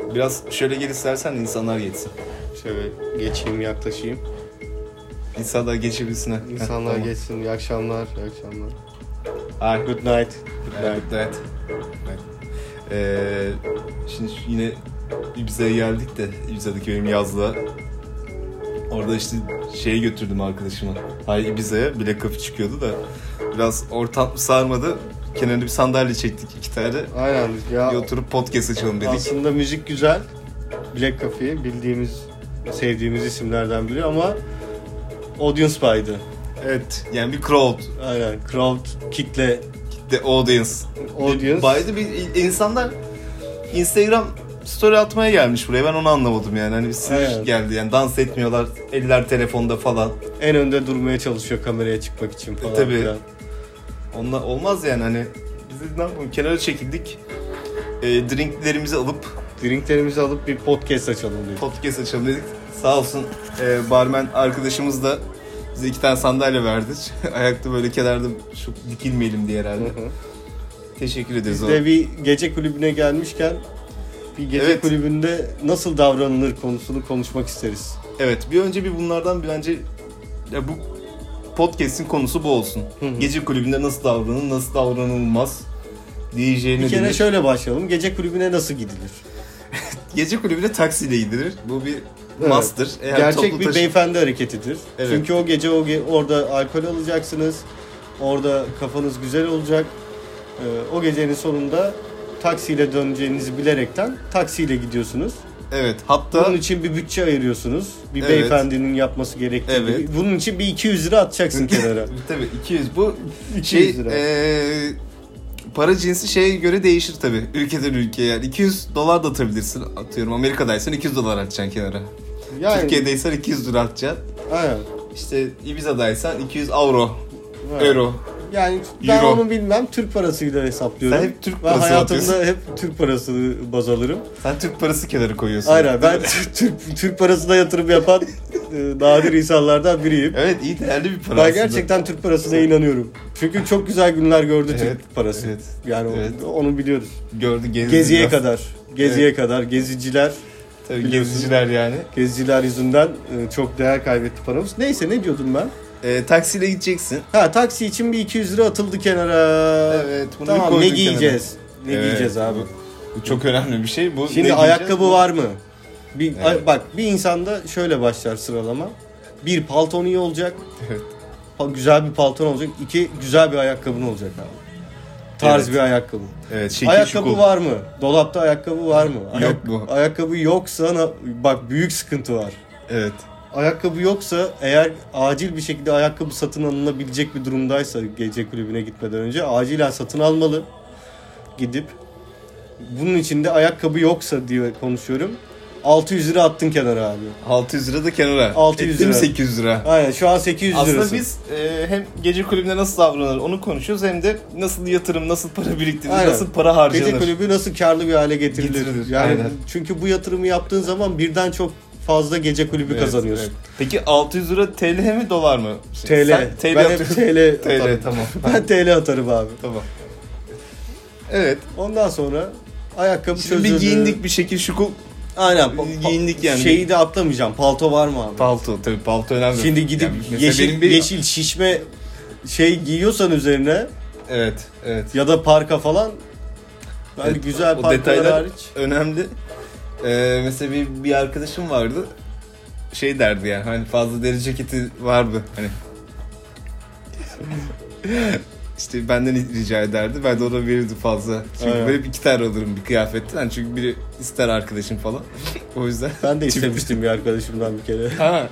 Biraz şöyle gel istersen insanlar geçsin. Şöyle geçeyim, yaklaşayım. İnsanlar geçebilsin. İnsanlar tamam. geçsin. İyi akşamlar. İyi akşamlar. Hi. Good night. Good night. Şimdi yine Ibiza'ya geldik de Ibiza'daki benim yazlığa. Orada işte şeye götürdüm arkadaşıma. Ibiza'ya Black Coffee çıkıyordu da biraz ortam sarmadı. Kenarına bir sandalye çektik 2 tane. Aynen ya. Bir oturup podcast açalım dedik. Aslında müzik güzel. Black Coffee bildiğimiz, sevdiğimiz isimlerden biri ama audience paydı. Evet. Yani bir crowd. Aynen. Crowd, kitle. The audience. Baydı bir insanlar Instagram story atmaya gelmiş buraya. Ben onu anlamadım yani. Hani bir sinir geldi yani. Dans etmiyorlar. Eller telefonda falan. En önde durmaya çalışıyor kameraya çıkmak için falan. Tabii. Onunla olmaz yani hani. Biz ne yapalım? Kenara çekildik. Drinklerimizi alıp bir podcast açalım dedik. Podcast açalım dedik. Sağ olsun barmen arkadaşımız da bize 2 tane sandalye verdi. Ayakta böyle kenarda çok dikilmeyelim diye herhalde. Teşekkür ederiz. Biz de bir gece kulübüne gelmişken bir gece kulübünde nasıl davranılır konusunu konuşmak isteriz. Evet, bir önce bir bunlardan bence ya bu podcast'in konusu bu olsun. Gece kulübünde nasıl davranılır, nasıl davranılmaz diyeceğini. Bir kere şöyle başlayalım. Gece kulübüne nasıl gidilir? Gece kulübüne taksiyle gidilir. Bu bir master. Gerçek bir beyefendi hareketidir. Evet. Çünkü o gece orada alkol alacaksınız. Orada kafanız güzel olacak. O gecenin sonunda taksiyle döneceğinizi bilerekten taksiyle gidiyorsunuz. Evet. Hatta bunun için bir bütçe ayırıyorsunuz. Bir beyefendinin yapması gerektiği gibi. Bunun için bir 200 lira atacaksın kenara. Tabii 200 bu 200 lira. Para cinsi şeye göre değişir tabii. Ülkeden ülkeye yani. $200 da atabilirsin. Atıyorum Amerika'daysan $200 atacaksın kenara. Yani, Türkiye'deysen 200 lira atacaksın. Aynen. İşte Ibiza'daysan 200 euro. Yani ben onu bilmem. Türk parasıyla hesaplıyorum. Sen hep Türk parası hayatımda atıyorsun. hep Türk parasını baz alırım. Sen Türk parası kenara koyuyorsun. Aynen. Ben Türk parasına yatırım yapan nadir insanlardan biriyim. Evet, iyi değerli bir para ben aslında. gerçekten Türk parasına inanıyorum. Çünkü çok güzel günler gördü Türk parası. Evet. Yani onu biliyoruz. Gördü, Geziye kadar geziciler. Tabii geziciler yani. Geziciler yüzünden çok değer kaybetti paramız. Neyse, ne diyordum ben? Taksiyle gideceksin. Taksi için bir 200 lira atıldı kenara. Evet. Bunu tamam, ne giyeceğiz? Giyeceğiz abi? Bu çok önemli bir şey. Şimdi ayakkabı var mı? Bak, bir insanda şöyle başlar sıralama. 1, palton iyi olacak. Evet. Güzel bir palton olacak. 2, güzel bir ayakkabın olacak abi. Tarz bir ayakkabı. Evet, ayakkabı var mı? Dolapta ayakkabı var mı? Yok bu. Ayakkabı yoksa bak, büyük sıkıntı var. Evet. Ayakkabı yoksa, eğer acil bir şekilde ayakkabı satın alınabilecek bir durumdaysa gece kulübüne gitmeden önce acilen satın almalı. Gidip bunun için de ayakkabı yoksa diye konuşuyorum. 600 lira attın kenara abi. 600 lira da kenara. 600 lira. 800 lira. Aynen, şu an 800 lirası. Aslında biz hem gece kulübünde nasıl davranılır onu konuşuyoruz, hem de nasıl yatırım, nasıl para biriktirilir, nasıl para harcanır. Gece kulübü nasıl karlı bir hale getirilir. Yani aynen. Çünkü bu yatırımı yaptığın zaman birden çok fazla gece kulübü kazanıyorsun. Evet. Peki 600 lira TL mi dolar mı? TL. Ben hep TL TL tamam. Ben TL atarım abi. Tamam. Evet. Ondan sonra ayakkabı çözüldü. Bir giyindik bir şekil şukul. Aynen. Giyindik yani. Şeyi de atlamayacağım. Palto var mı abi? Palto tabii, palto önemli. Şimdi gidip yani yeşil şişme giyiyorsan üzerine. Evet. Ya da parka falan. Yani güzel parkalar hariç. Önemli. Mesela bir arkadaşım vardı. Şey derdi yani, hani fazla deri ceketi vardı hani. İşte benden rica ederdi. Ben de ona verirdim fazla. Çünkü ben hep 2 tane alırım bir kıyafetten. Yani çünkü biri ister arkadaşım falan. O yüzden. Ben de istemiştim bir arkadaşımdan bir kere. Ha.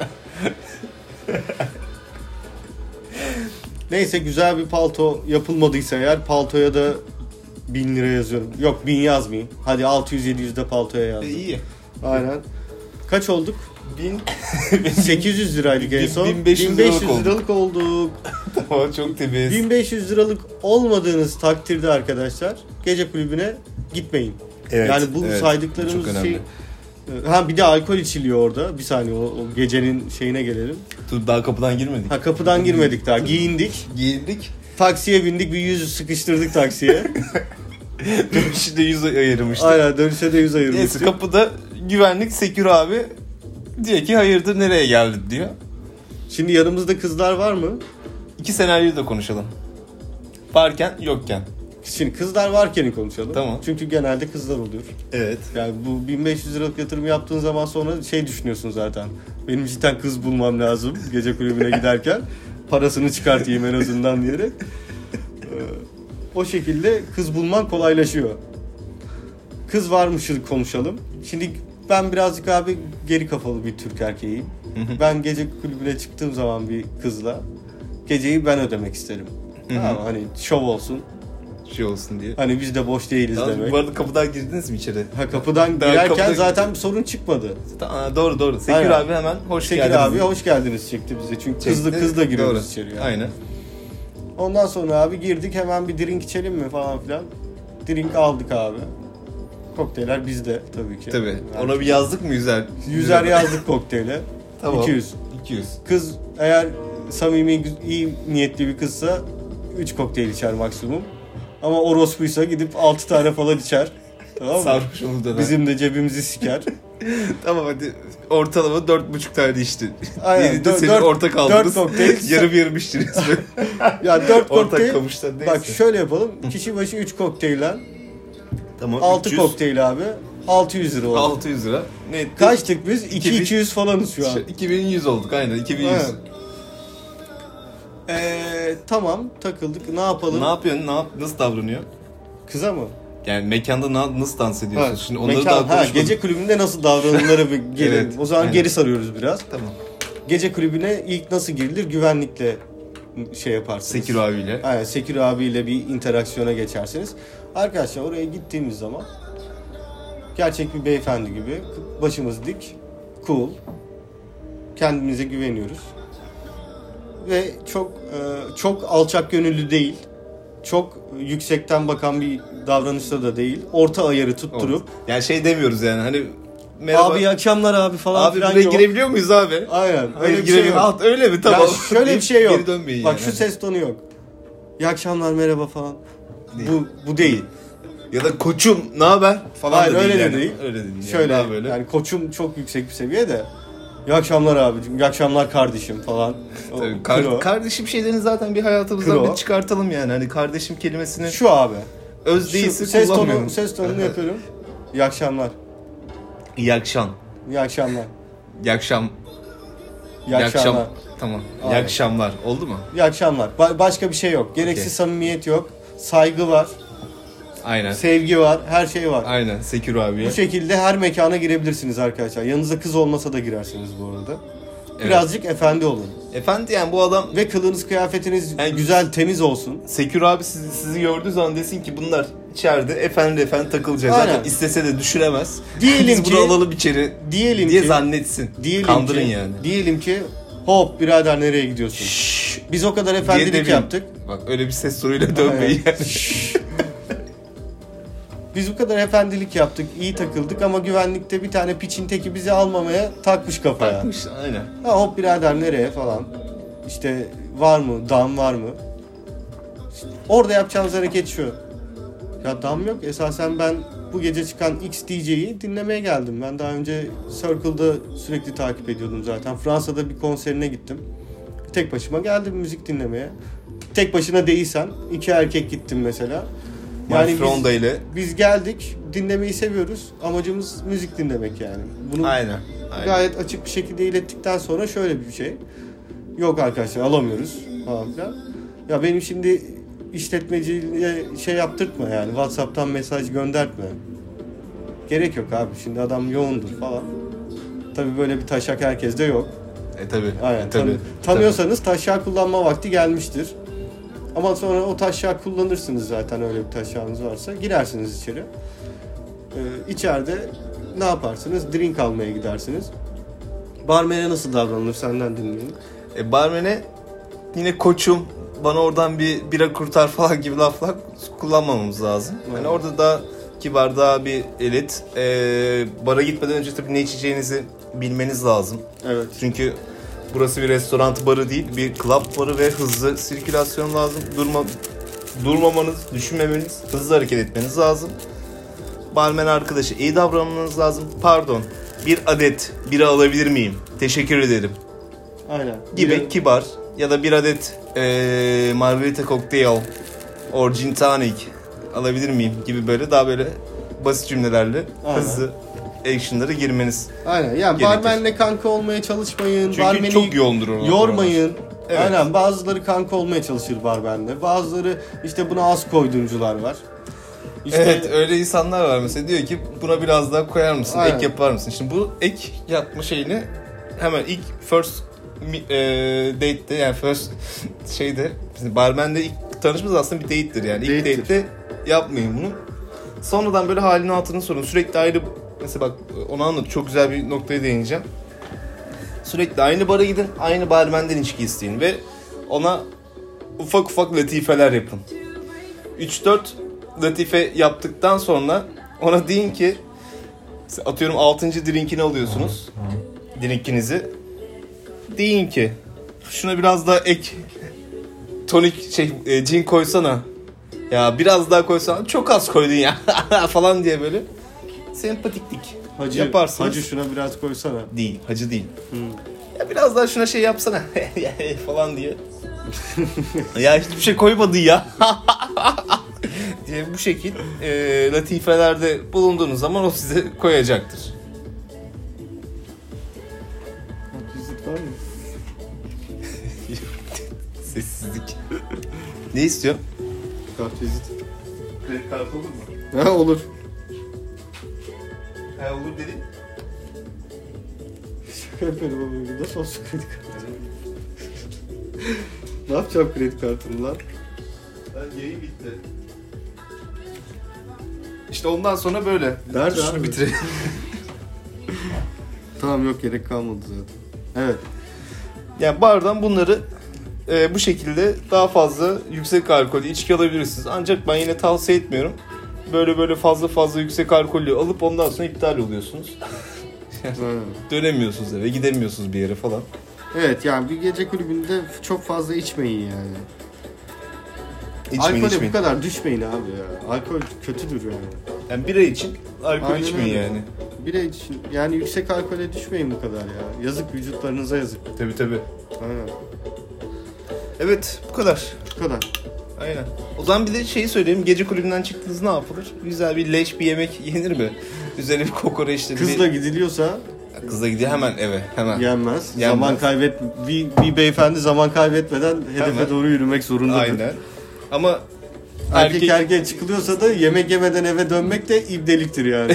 Neyse, güzel bir palto yapılmadıysa eğer, paltoya da 1000 lira yazıyorum. Yok, 1000 yazmayayım. Hadi 600-700 de paltoya yazdım. İyi. Aynen. Kaç olduk? 800 liraydık en son. 1500 liralık olduk. Tamam, çok temiz. 1500 liralık olmadığınız takdirde arkadaşlar gece kulübüne gitmeyin. Evet, yani bu saydıklarımız bir de alkol içiliyor orada. Bir saniye, o gecenin şeyine gelelim. Dur, daha kapıdan girmedik. Kapıdan girmedik daha. Giyindik. Giyindik. Taksiye bindik, bir yüzü sıkıştırdık taksiye. Dönüşte 100 ayırmıştık. Aynen, dönüşe de 100 ayırmıştık. Neyse, kapıda güvenlik Secure abi diyor ki hayırdır nereye geldin diyor. Şimdi yanımızda kızlar var mı? 2 senaryoyu da konuşalım. Varken yokken. Şimdi kızlar varken konuşalım. Tamam. Çünkü genelde kızlar oluyor. Evet. Yani bu 1500 liralık yatırım yaptığın zaman sonra şey düşünüyorsun zaten. Benim cidden kız bulmam lazım gece kulübüne giderken. Parasını çıkartayım en azından diyerek. O şekilde kız bulman kolaylaşıyor. Kız varmışı konuşalım. Şimdi ben birazcık abi geri kafalı bir Türk erkeğiyim. Ben gece kulübüne çıktığım zaman bir kızla geceyi ben ödemek isterim. Tamam, hani şov olsun. Şey olsun diye. Hani biz de boş değiliz Yalnız demek. bu arada kapıdan girdiniz mi içeri? Ha, kapıdan Daha girerken kapıda- zaten bir sorun çıkmadı. Doğru. Secure Aynen. abi hemen hoş Sekir geldiniz. abi hoş geldiniz çekti bize. Çünkü Çekti. kızla giriyoruz Doğru. içeri yani. Aynen. Ondan sonra abi girdik, hemen bir drink içelim mi falan filan. Drink aldık abi. Kokteyller bizde tabii ki. Tabii. Yani Ona bir yazdık mı yüzer? 100'er yazdık kokteyle. Tamam. 200. 200. Kız eğer samimi, iyi niyetli bir kızsa 3 kokteyl içer maksimum. Ama orospuysa gidip 6 tane falan içer. Tamam mı? Sarhoş olur döner. Bizim de cebimizi siker. Tamam hadi ortalama 4,5 tane içti. Aynen, Yedi de senin dört- ortak dört aldınız. kokteyl. Yarım yarım içtiniz. Ya 4 Ortak kokteyl. kamıştan neyse. Bak şöyle yapalım. Kişi başı 3 kokteylle Tamam. 6 300, kokteyl abi. 600 lira oldu. 600 lira. Ne etti? Kaçtık biz? 2000 200 falanız şu an. 2100 olduk aynen. 2100. Evet. Tamam, takıldık. Ne yapalım? Ne yapıyorsun? Nasıl davranıyor? Kıza mı? Yani mekanda nasıl dans ediyorsun? Ha, Şimdi onları mekan- daha ha, konuşmadık. gece kulübünde nasıl davranılları bir gelelim. Evet, O zaman aynen. geri sarıyoruz biraz. Tamam. Gece kulübüne ilk nasıl girilir? Güvenlikle şey yaparsınız. Secure abiyle. Aynen, Secure abiyle bir interaksiyona geçersiniz. Arkadaşlar oraya gittiğimiz zaman gerçek bir beyefendi gibi başımız dik, cool, kendimize güveniyoruz. Ve çok alçak gönüllü değil, çok yüksekten bakan bir davranışta da değil, orta ayarı tutturup Yani şey demiyoruz yani hani merhaba. abi iyi akşamlar abi falan Abi filan buraya yok. girebiliyor muyuz abi? Aynen, öyle bir şey girebiliyor. yok. Alt, öyle mi? Tamam. Ya şöyle bir şey yok. Geri dönmeyin Bak yani. şu ses tonu yok. İyi akşamlar, merhaba falan. Değil. Bu değil. Ya da koçum ne haber falan Hayır, da değil öyle de yani. değil. Öyle de değil. Şöyle daha böyle. yani koçum çok yüksek bir seviyede. İyi akşamlar abicim, iyi akşamlar kardeşim falan. O Tabii, kro. kardeşim şeylerini zaten bir hayatımızdan Kro. bir çıkartalım yani. Hani kardeşim kelimesini Şu abi. öz Şu değilse ses kullanmıyorum. tonunu yapıyorum. İyi akşamlar. İyi akşam. İyi akşamlar. İyi akşam. İyi akşamlar. Tamam. İyi Aynen. akşamlar. Oldu mu? İyi akşamlar. Başka bir şey yok. Gereksiz Okey. samimiyet yok. Saygı var. Aynen. Sevgi var. Her şey var. Aynen. Secure abiye. Bu şekilde her mekana girebilirsiniz arkadaşlar. Yanınızda kız olmasa da girersiniz bu arada. Evet. Birazcık efendi olun. Efendi yani bu adam Ve kılığınız, kıyafetiniz Yani- güzel, temiz olsun. Secure abi sizi gördüğü zaman desin ki bunlar içeride efendi takılacak. Aynen. Zaten istese de düşüremez. Diyelim Biz ki- bunu alalım içeri Diyelim diye ki zannetsin. diyelim Kandırın ki, yani. Diyelim ki hop birader nereye gidiyorsun? Şşş. Biz o kadar diye efendilik demeyin. yaptık. Bak öyle bir ses soruyla dönmeyin. Aynen. Biz bu kadar efendilik yaptık, iyi takıldık ama güvenlikte bir tane piçin teki bizi almamaya takmış kafaya. Takmış aynen. Ha, hop birader nereye falan. İşte var mı, dam var mı? Orada yapacağımız hareket şu. Ya dam yok. Esasen ben bu gece çıkan X DJ'yi dinlemeye geldim. Ben daha önce Circle'da sürekli takip ediyordum zaten. Fransa'da bir konserine gittim. Tek başıma geldim müzik dinlemeye. Tek başına değilsen 2 erkek gittim mesela. Yani Fronda ile. Biz geldik, dinlemeyi seviyoruz. Amacımız müzik dinlemek yani. Bunu Aynen. gayet açık bir şekilde ilettikten sonra şöyle bir şey. Yok arkadaşlar alamıyoruz falan filan. Ya benim şimdi işletmeciye şey yaptırtma yani. WhatsApp'tan mesaj göndertme. Gerek yok abi. Şimdi adam yoğundur falan. Tabii böyle bir taşak herkeste yok. Tabii. Aynen. Tabii. Tanıyorsanız taşak kullanma vakti gelmiştir. Ama sonra o taşak kullanırsınız zaten, öyle bir taşağınız varsa. Girersiniz içeri. İçeride ne yaparsınız? Drink almaya gidersiniz. Barmen'e nasıl davranılır senden dinleyelim. Barmen'e yine koçum bana oradan bir bira kurtar falan gibi laflar kullanmamamız lazım. Evet. Yani orada daha kibar, daha bir elit. Bara gitmeden önce tabii ne içeceğinizi bilmeniz lazım. Evet. Çünkü burası bir restoran barı değil, bir club barı ve hızlı sirkülasyon lazım. durmamanız, düşünmemeniz, hızlı hareket etmeniz lazım. Barmen arkadaşı iyi davranmanız lazım. Pardon, bir adet bira alabilir miyim? Teşekkür ederim. Aynen. Gibi kibar ya da bir adet margarita cocktail or gin tonic alabilir miyim gibi böyle daha böyle basit cümlelerle hızlı action'lara girmeniz. Aynen. Yani gerekir. barmenle kanka olmaya çalışmayın. Çünkü Barmeni çok yoğundur oralar. yormayın. Evet. Aynen. Bazıları kanka olmaya çalışır barmenle. Bazıları işte buna az koydumcular var. İşte, Evet, öyle insanlar var mesela, diyor ki buna biraz daha koyar mısın, aynen, ek yapar mısın? Şimdi bu ek yapma şeyini hemen ilk first date'te, yani first şeyde, barmenle ilk tanışmamız aslında bir date'tir yani. İlk Date'tir. date'te yapmayın bunu. Sonradan böyle halini hatırını sorun. Sürekli ayrı, mesela bak onu anladım, çok güzel bir noktaya değineceğim. Sürekli aynı bara gidin, aynı barmenden içki isteyin ve ona ufak ufak latifeler yapın. 3-4 latife yaptıktan sonra ona deyin ki, atıyorum 6. drinkini alıyorsunuz. Drinkinizi. Deyin ki şuna biraz daha ek tonik gin koysana. Ya biraz daha koysana. Çok az koydun ya falan diye böyle sempatiklik yaparsınız. Hacı şuna biraz koysana. Değil, hacı değil. Ya biraz daha şuna şey yapsana falan diye. Ya hiçbir şey koymadın ya. diye bu şekil latifelerde bulunduğunuz zaman o size koyacaktır. Kartvizit var mı? Sessizlik. Ne istiyor? Kartvizit. Kredi kartı olur mu? Ha olur. Ha olur dedin. Şaka yapıyorum ama nasıl olsun kredi kartı? Ne yapacağım kredi kartını lan? Ben yayın bitti. İşte ondan sonra böyle. Nerede Şunu abi? bitirelim. Tamam, yok, gerek kalmadı zaten. Evet. Yani bardan bunları bu şekilde daha fazla yüksek alkollü içki alabilirsiniz. Ancak ben yine tavsiye etmiyorum. Böyle fazla yüksek alkollü alıp ondan sonra iptal oluyorsunuz. Dönemiyorsunuz eve, gidemiyorsunuz bir yere falan. Evet, yani bir gece kulübünde çok fazla içmeyin yani. İçmeyin, Alkole bu kadar düşmeyin abi ya. Alkol kötüdür yani. Yani bira için alkol Aynen içmeyin öyle. yani. Bira için yani yüksek alkole düşmeyin bu kadar ya. Yazık, vücutlarınıza yazık. Tabii. Aynen. Evet, bu kadar. Bu kadar. Aynen. O zaman bir de şeyi söyleyeyim. Gece kulübünden çıktınız ne yapılır? Güzel bir leş bir yemek yenir mi? Üzerine bir kokoreçli Kızla gidiliyorsa Kızla gidiyor hemen eve. Hemen. yenmez. Yenmez. Zaman bir beyefendi zaman kaybetmeden hedefe Hemen. doğru yürümek zorundadır. Aynen. Ama Erkek çıkılıyorsa da yemek yemeden eve dönmek de ibdeliktir yani.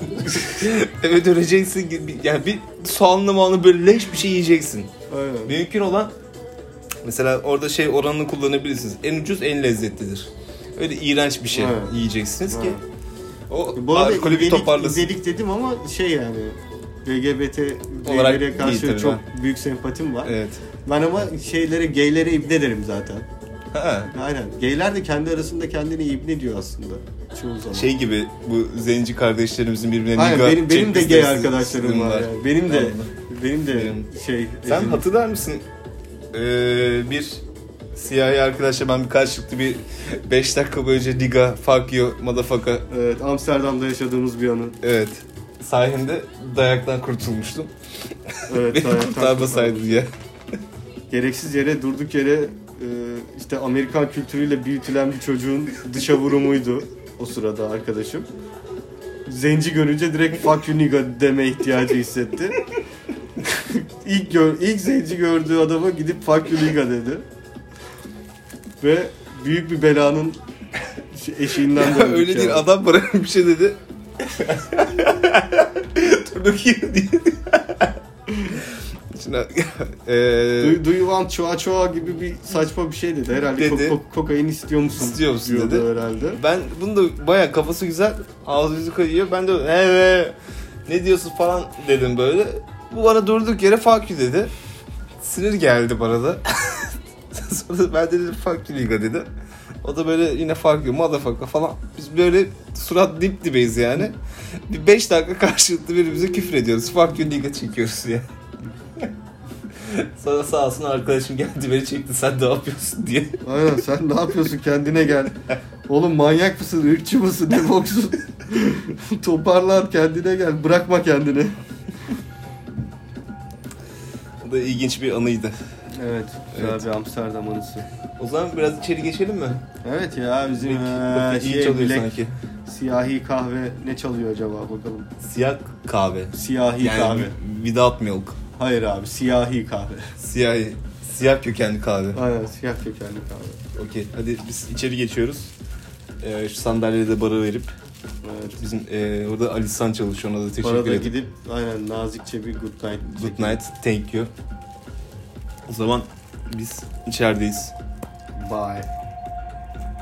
eve döneceksin. Yani bir soğanlı böyle leş bir şey yiyeceksin. Aynen. Mümkün olan mesela orada şey oranını kullanabilirsiniz. En ucuz en lezzetlidir. Öyle iğrenç bir şey Evet. yiyeceksiniz ki o Bu arada alkolü bir toparlasın. ibdelik dedim ama şey yani LGBT Olarak gaylere karşı değil tabii çok büyük sempatim var. Evet. Ben ama gaylere ibne derim zaten. Ha. Aynen. Gayler de kendi arasında kendini ibne diyor aslında çoğu zaman. Şey gibi bu zenci kardeşlerimizin birbirine Aynen, niga benim de çekmesi gay arkadaşlarım var. Yani. Benim de Sen hatırlar mısın? Bir siyahi arkadaşla ben bir karşılıklı bir 5 dakika boyunca niga, fuck you, motherfucker. Evet, Amsterdam'da yaşadığımız bir anı. Evet. Sayende dayaktan kurtulmuştum. Evet, Beni kurtarmasaydı diye. Gereksiz yere, durduk yere işte Amerikan kültürüyle büyütülen bir çocuğun dışa vurumuydu o sırada arkadaşım. Zenci görünce direkt fuck you nigga deme ihtiyacı hissetti. İlk zenci gördüğü adama gidip fuck you nigga dedi. Ve büyük bir belanın eşiğinden döndük. Öyle değil, adam bana bir şey dedi. Turnuk yiyor diye. Şimdi, Do you want çoğa çoğa gibi bir saçma bir şey dedi. Herhalde dedi. Kokain istiyor musun? İstiyor musun diyordu dedi. herhalde. Ben bunu da bayağı kafası güzel, ağzı yüzü kayıyor. Ben de evet ne diyorsun falan dedim böyle. Bu bana durduk yere fuck you dedi. Sinir geldi bana da. Sonra ben de dedim fuck you nigga dedi. O da böyle yine fuck you motherfucker falan. Biz böyle surat dip dibeyiz yani. Bir 5 dakika karşılıklı birbirimize küfür ediyoruz. Fuck you nigga çekiyoruz ya. Sonra sağ olsun arkadaşım geldi beni çekti, sen ne yapıyorsun diye. Aynen, sen ne yapıyorsun, kendine gel. Oğlum manyak mısın, ırkçı mısın, ne boksun? Toparlan, kendine gel, bırakma kendini. Bu da ilginç bir anıydı. Evet, güzel Evet. bir Amsterdam anısı. O zaman biraz içeri geçelim mi? Evet ya, bizim Bakın iyi çalıyor Black sanki. siyahi kahve ne çalıyor acaba, bakalım. Siyah kahve. Siyahi Yani kahve. without milk. Hayır abi, siyahi kahve. Siyah kökenli kahve. Aynen, siyah kökenli kahve. Okey, hadi biz içeri geçiyoruz. Şu sandalyeyi de bara verip. Evet. Bizim orada Alisan çalışıyor, ona da teşekkür Arada ederim. gidip aynen nazikçe bir good night. Good night, thank you. O zaman biz içerideyiz. Bye.